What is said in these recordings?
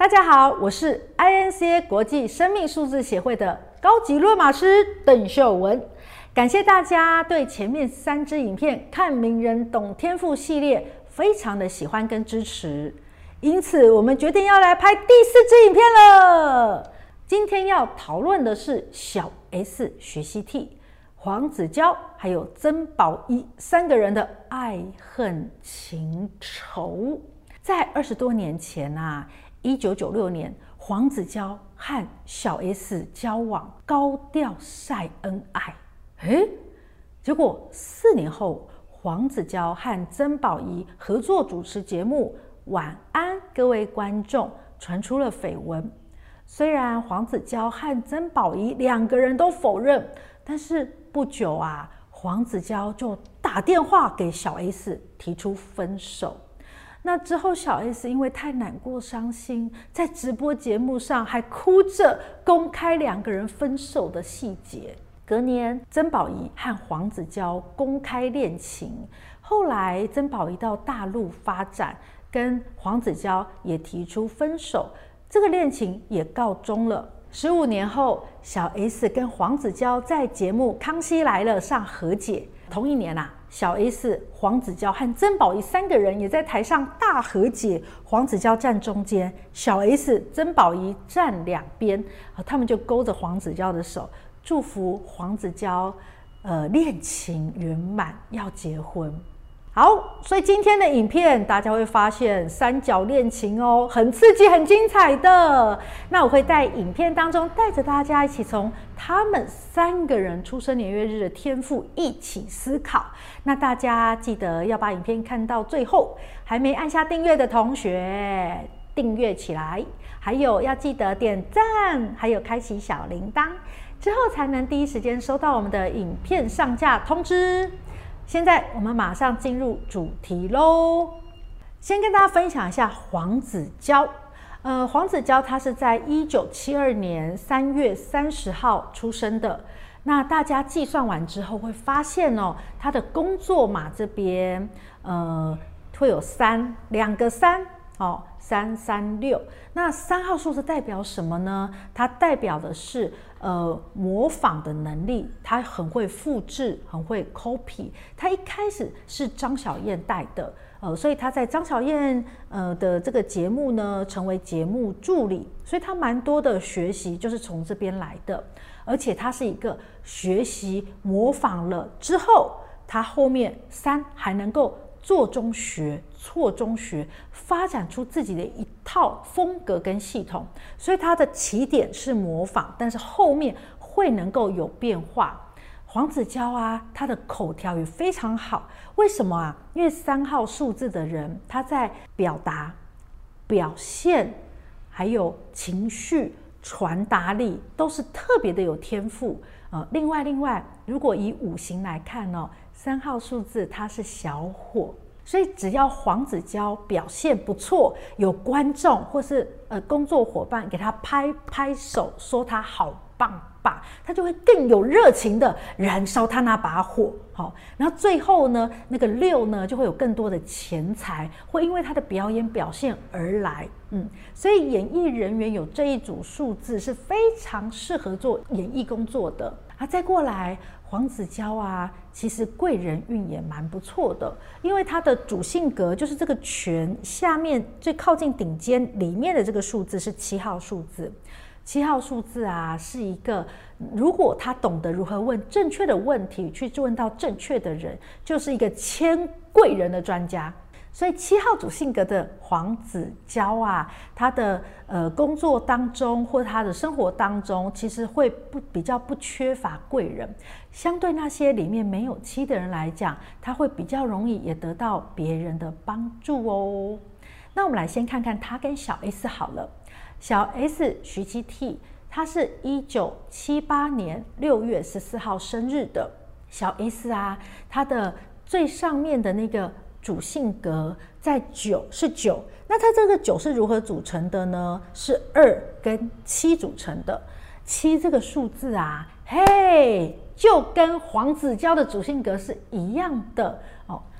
大家好，我是 INCA 国际生命数字协会的高级论码师邓秀文。感谢大家对前面3支影片看名人懂天赋系列非常的喜欢跟支持，因此我们决定要来拍第4支影片了。今天要讨论的是小 S 学习 T、黄子佼还有曾宝仪3个人的爱恨情仇。在20多年前1996年，黄子佼和小 S 交往，高调晒恩爱。结果4年后，黄子佼和曾宝仪合作主持节目《晚安各位观众》，传出了绯闻。虽然黄子佼和曾宝仪2个人都否认，但是不久黄子佼就打电话给小 S 提出分手。那之后小 S 因为太难过伤心，在直播节目上还哭着公开2个人分手的细节。隔年，曾宝仪和黄子佼公开恋情，后来曾宝仪到大陆发展，跟黄子佼也提出分手，这个恋情也告终了。15年后，小 S 跟黄子佼在节目《康熙来了》上和解。同一年小 S、黄子佼和曾宝仪3个人也在台上大和解，黄子佼站中间，小 S、曾宝仪站2边，他们就勾着黄子佼的手，祝福黄子佼恋情圆满，要结婚。好，所以今天的影片大家会发现3角恋情很刺激很精彩的。那我会在影片当中带着大家一起从他们3个人出生年月日的天赋一起思考。那大家记得要把影片看到最后，还没按下订阅的同学订阅起来，还有要记得点赞，还有开启小铃铛，之后才能第一时间收到我们的影片上架通知。现在我们马上进入主题咯。先跟大家分享一下黄子佼。黄子佼他是在1972年3月30号出生的。那大家计算完之后会发现他的工作码这边会有2个3。336，那3号数字代表什么呢？它代表的是模仿的能力，他很会复制，很会 copy。他一开始是张小燕带的，所以他在张小燕的这个节目呢，成为节目助理，所以他蛮多的学习就是从这边来的。而且他是一个学习模仿了之后，他后面3还能够做中学、错中学，发展出自己的一套风格跟系统。所以他的起点是模仿，但是后面会能够有变化。黄子佼他的口条也非常好。为什么因为3号数字的人，他在表达、表现还有情绪传达力都是特别的有天赋。另外，如果以5行来看3号数字它是小火，所以只要黄子佼表现不错，有观众或是工作伙伴给他拍拍手，说他好棒棒，他就会更有热情的燃烧他那把火。然后最后呢，那个6呢就会有更多的钱财，会因为他的表演表现而来。所以演艺人员有这一组数字是非常适合做演艺工作的。再过来黄子佼其实贵人运也蛮不错的，因为他的主性格就是这个权下面最靠近顶尖里面的这个数字是7号数字。7号数字是一个，如果他懂得如何问正确的问题，去问到正确的人，就是一个牵贵人的专家。所以7号主性格的黄子佼他的工作当中或他的生活当中，其实会比较不缺乏贵人。相对那些里面没有7的人来讲，他会比较容易也得到别人的帮助那我们来先看看他跟小 S 好了。小 S 徐熙娣，他是1978年6月14号生日的。小 S 他的最上面的那个主性格在9是9，那它这个9是如何组成的呢？是2跟7组成的。7这个数字就跟黄子佼的主性格是一样的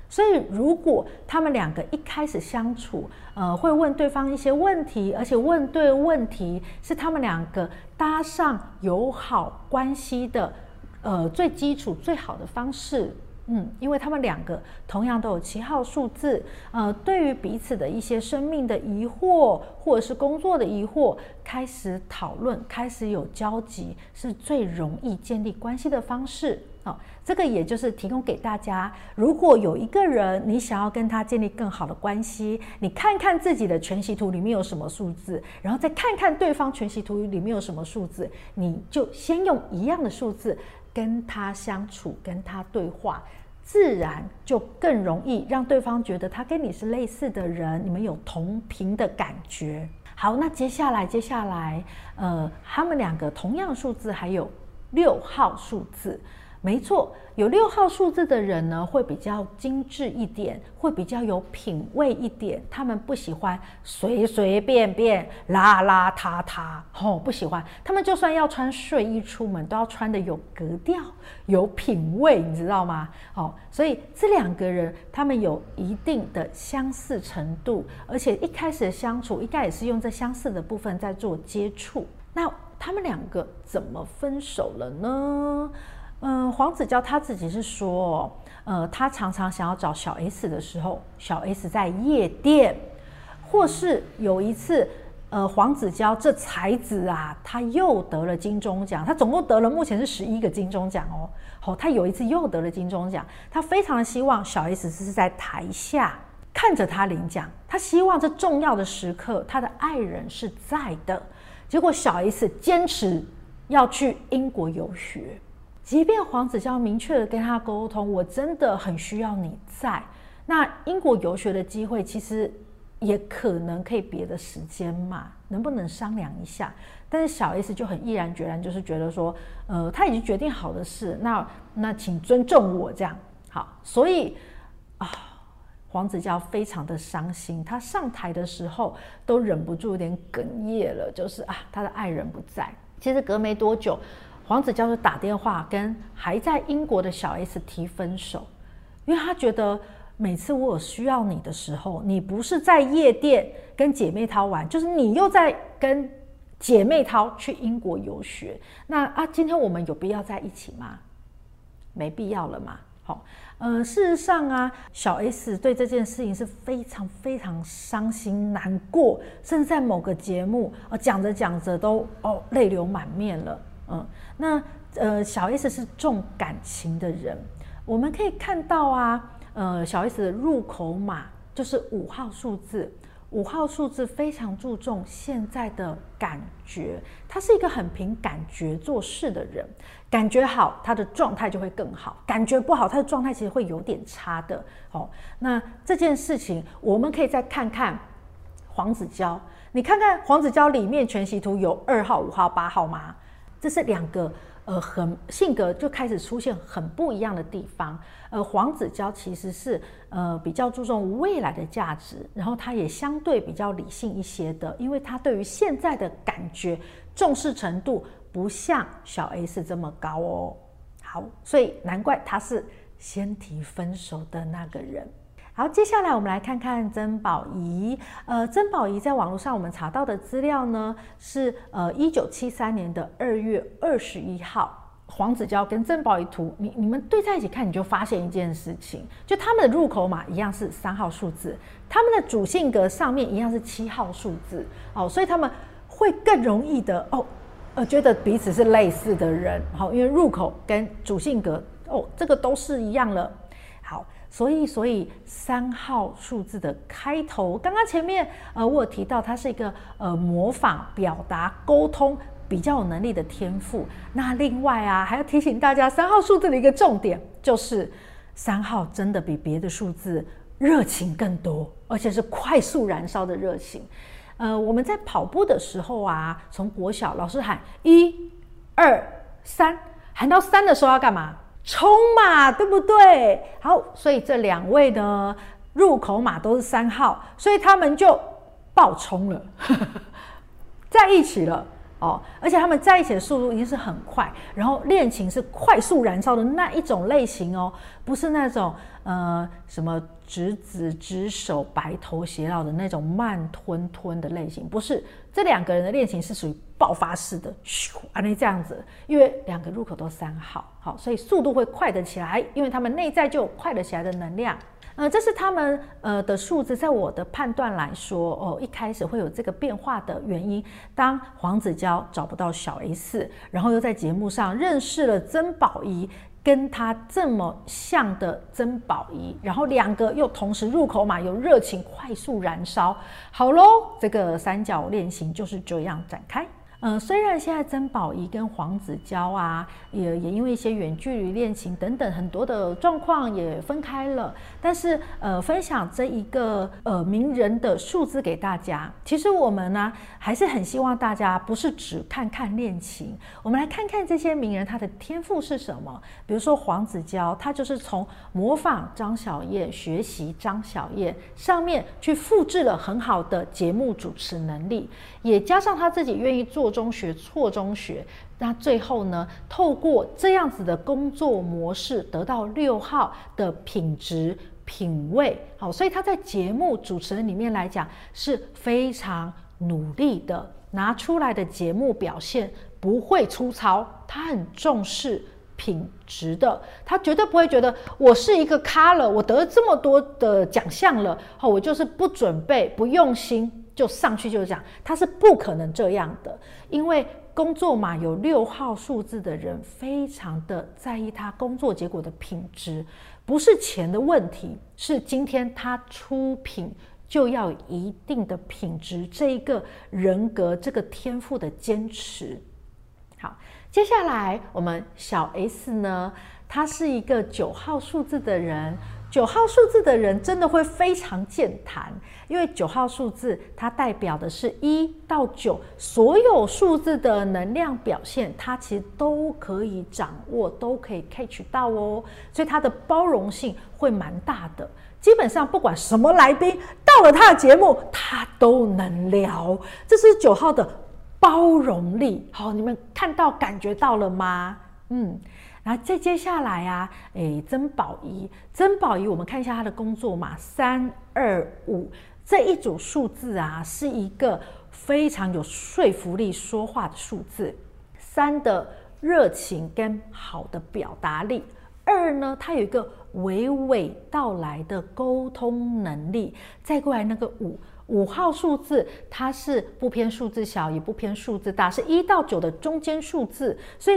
所以如果他们两个一开始相处，会问对方一些问题，而且问对问题是他们两个搭上友好关系的最基础最好的方式。因为他们两个同样都有7号数字，对于彼此的一些生命的疑惑或者是工作的疑惑，开始讨论，开始有交集，是最容易建立关系的方式。这个也就是提供给大家，如果有一个人你想要跟他建立更好的关系，你看看自己的全息图里面有什么数字，然后再看看对方全息图里面有什么数字，你就先用一样的数字跟他相处，跟他对话，自然就更容易让对方觉得他跟你是类似的人，你们有同频的感觉。好，那接下来他们两个同样数字还有6号数字。没错，有6号数字的人呢，会比较精致一点，会比较有品味一点。他们不喜欢随随便便、邋邋遢遢，不喜欢。他们就算要穿睡衣出门，都要穿的有格调、有品味，你知道吗？所以这两个人他们有一定的相似程度，而且一开始的相处应该也是用这相似的部分在做接触。那他们两个怎么分手了呢？黄子佼他自己是说，他常常想要找小 S 的时候，小 S 在夜店，或是有一次，黄子佼这才子啊，他又得了金钟奖，他总共得了目前是11个金钟奖哦。他有一次又得了金钟奖，他非常的希望小 S 是在台下看着他领奖，他希望这重要的时刻他的爱人是在的。结果小 S 坚持要去英国游学。即便黄子佼明确的跟他沟通，我真的很需要你在，那英国游学的机会其实也可能可以别的时间嘛，能不能商量一下？但是小 S 就很毅然决然，就是觉得说，他已经决定好的事，那请尊重我这样。好，所以黄子佼非常的伤心，他上台的时候都忍不住有点哽咽了，就是他的爱人不在。其实隔没多久，黄子佼就打电话跟还在英国的小 S 提分手，因为他觉得每次我有需要你的时候，你不是在夜店跟姐妹淘玩，就是你又在跟姐妹淘去英国游学。那今天我们有必要在一起吗？没必要了嘛。事实上小 S 对这件事情是非常非常伤心难过，甚至在某个节目讲着讲着都泪流满面了。小 S 是重感情的人，我们可以看到小 S 的入口码就是5号数字。5号数字非常注重现在的感觉，他是一个很凭感觉做事的人，感觉好他的状态就会更好，感觉不好他的状态其实会有点差的。那这件事情我们可以再看看黄子佼，你看看黄子佼里面全息图有2号、5号、8号吗？这是两个性格就开始出现很不一样的地方。黄子佼其实是比较注重未来的价值，然后他也相对比较理性一些的，因为他对于现在的感觉重视程度不像小 S 这么高哦。好，所以难怪他是先提分手的那个人。好，接下来我们来看看曾宝仪。曾宝仪在网络上我们查到的资料呢，是1973年的2月21号，黄子佼跟曾宝仪图，你们对在一起看，你就发现一件事情，就他们的入口码一样是3号数字，他们的主性格上面一样是7号数字所以他们会更容易的觉得彼此是类似的人，因为入口跟主性格这个都是一样了。好，所以3号数字的开头，刚刚前面我有提到，它是一个模仿、表达、沟通比较有能力的天赋。那另外还要提醒大家，3号数字的一个重点就是3号真的比别的数字热情更多，而且是快速燃烧的热情。我们在跑步的时候从国小老师喊1、2、3，喊到3的时候要干嘛？冲嘛，对不对？好，所以这2位呢，入口码都是3号，所以他们就爆冲了，在一起了。 哦，而且他们在一起的速度一定是很快，然后恋情是快速燃烧的那一种类型哦，不是那种什么执子之手白头偕老的那种慢吞吞的类型，不是，这两个人的恋情是属于爆发式的，咻，这样子，因为两个入口都3号，好，所以速度会快得起来，因为他们内在就有快得起来的能量。这是他们的数字，在我的判断来说，一开始会有这个变化的原因。当黄子佼找不到小 S， 然后又在节目上认识了曾宝仪，跟他这么像的曾宝仪，然后两个又同时入口嘛，有热情快速燃烧，好咯，这个三角恋情就是这样展开。虽然现在曾宝仪跟黄子佼啊，也因为一些远距离恋情等等很多的状况也分开了，但是分享这一个名人的数字给大家，其实我们呢还是很希望大家不是只看看恋情，我们来看看这些名人他的天赋是什么。比如说黄子佼，他就是从模仿张小燕、学习张小燕上面去复制了很好的节目主持能力，也加上他自己愿意做中学错中学，那最后呢，透过这样子的工作模式得到6号的品质品味，好，所以他在节目主持人里面来讲是非常努力的，拿出来的节目表现不会粗糙，他很重视品质的，他绝对不会觉得我是一个咖了，我得了这么多的奖项了，我就是不准备不用心就上去就讲，他是不可能这样的，因为工作嘛，有6号数字的人非常的在意他工作结果的品质，不是钱的问题，是今天他出品就要有一定的品质，这一个人格这个天赋的坚持。好，接下来我们小 S 呢，他是一个9号数字的人。9号数字的人真的会非常健谈，因为9号数字它代表的是1到9，所有数字的能量表现，它其实都可以掌握，都可以 catch 到哦，所以它的包容性会蛮大的。基本上不管什么来宾到了他的节目，他都能聊，这是9号的包容力。好，你们看到感觉到了吗？然后再接下来啊，曾宝仪，我们看一下他的工作嘛，3、2、5这一组数字啊，是一个非常有说服力说话的数字。3的热情跟好的表达力，2呢，它有一个娓娓道来的沟通能力。再过来那个5号数字，它是不偏数字小，也不偏数字大，是1到9的中间数字，所以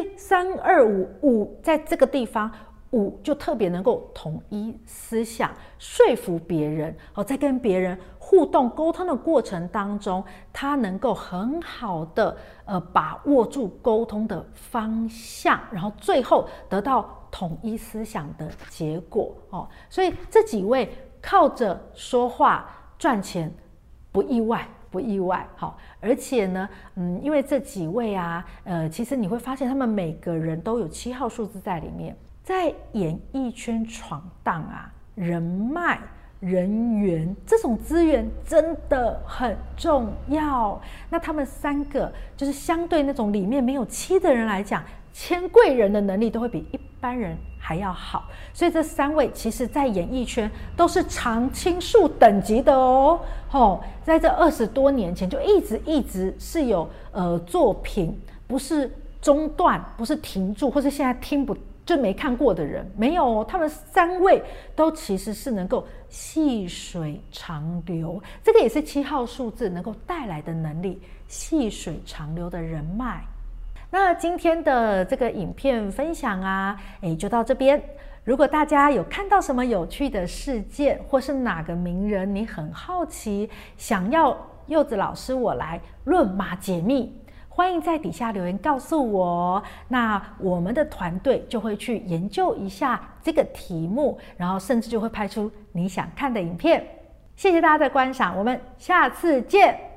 3、2、5在这个地方，5就特别能够统一思想，说服别人。在跟别人互动沟通的过程当中，他能够很好的把握住沟通的方向，然后最后得到统一思想的结果。所以这几位靠着说话赚钱不意外，好，而且呢，因为这几位啊，其实你会发现他们每个人都有7号数字在里面，在演艺圈闯荡啊，人脉、人缘这种资源真的很重要。那他们3个就是相对那种里面没有7的人来讲，签贵人的能力都会比一般人还要好，所以这3位其实在演艺圈都是常青树等级的哦。在这20多年前就一直是有作品不是中断，不是停住，或是现在听不就没看过的人没有哦，他们3位都其实是能够细水长流，这个也是7号数字能够带来的能力，细水长流的人脉。那今天的这个影片分享啊，就到这边。如果大家有看到什么有趣的事件，或是哪个名人你很好奇，想要柚子老师我来论码解密，欢迎在底下留言告诉我，那我们的团队就会去研究一下这个题目，然后甚至就会拍出你想看的影片。谢谢大家的观赏，我们下次见。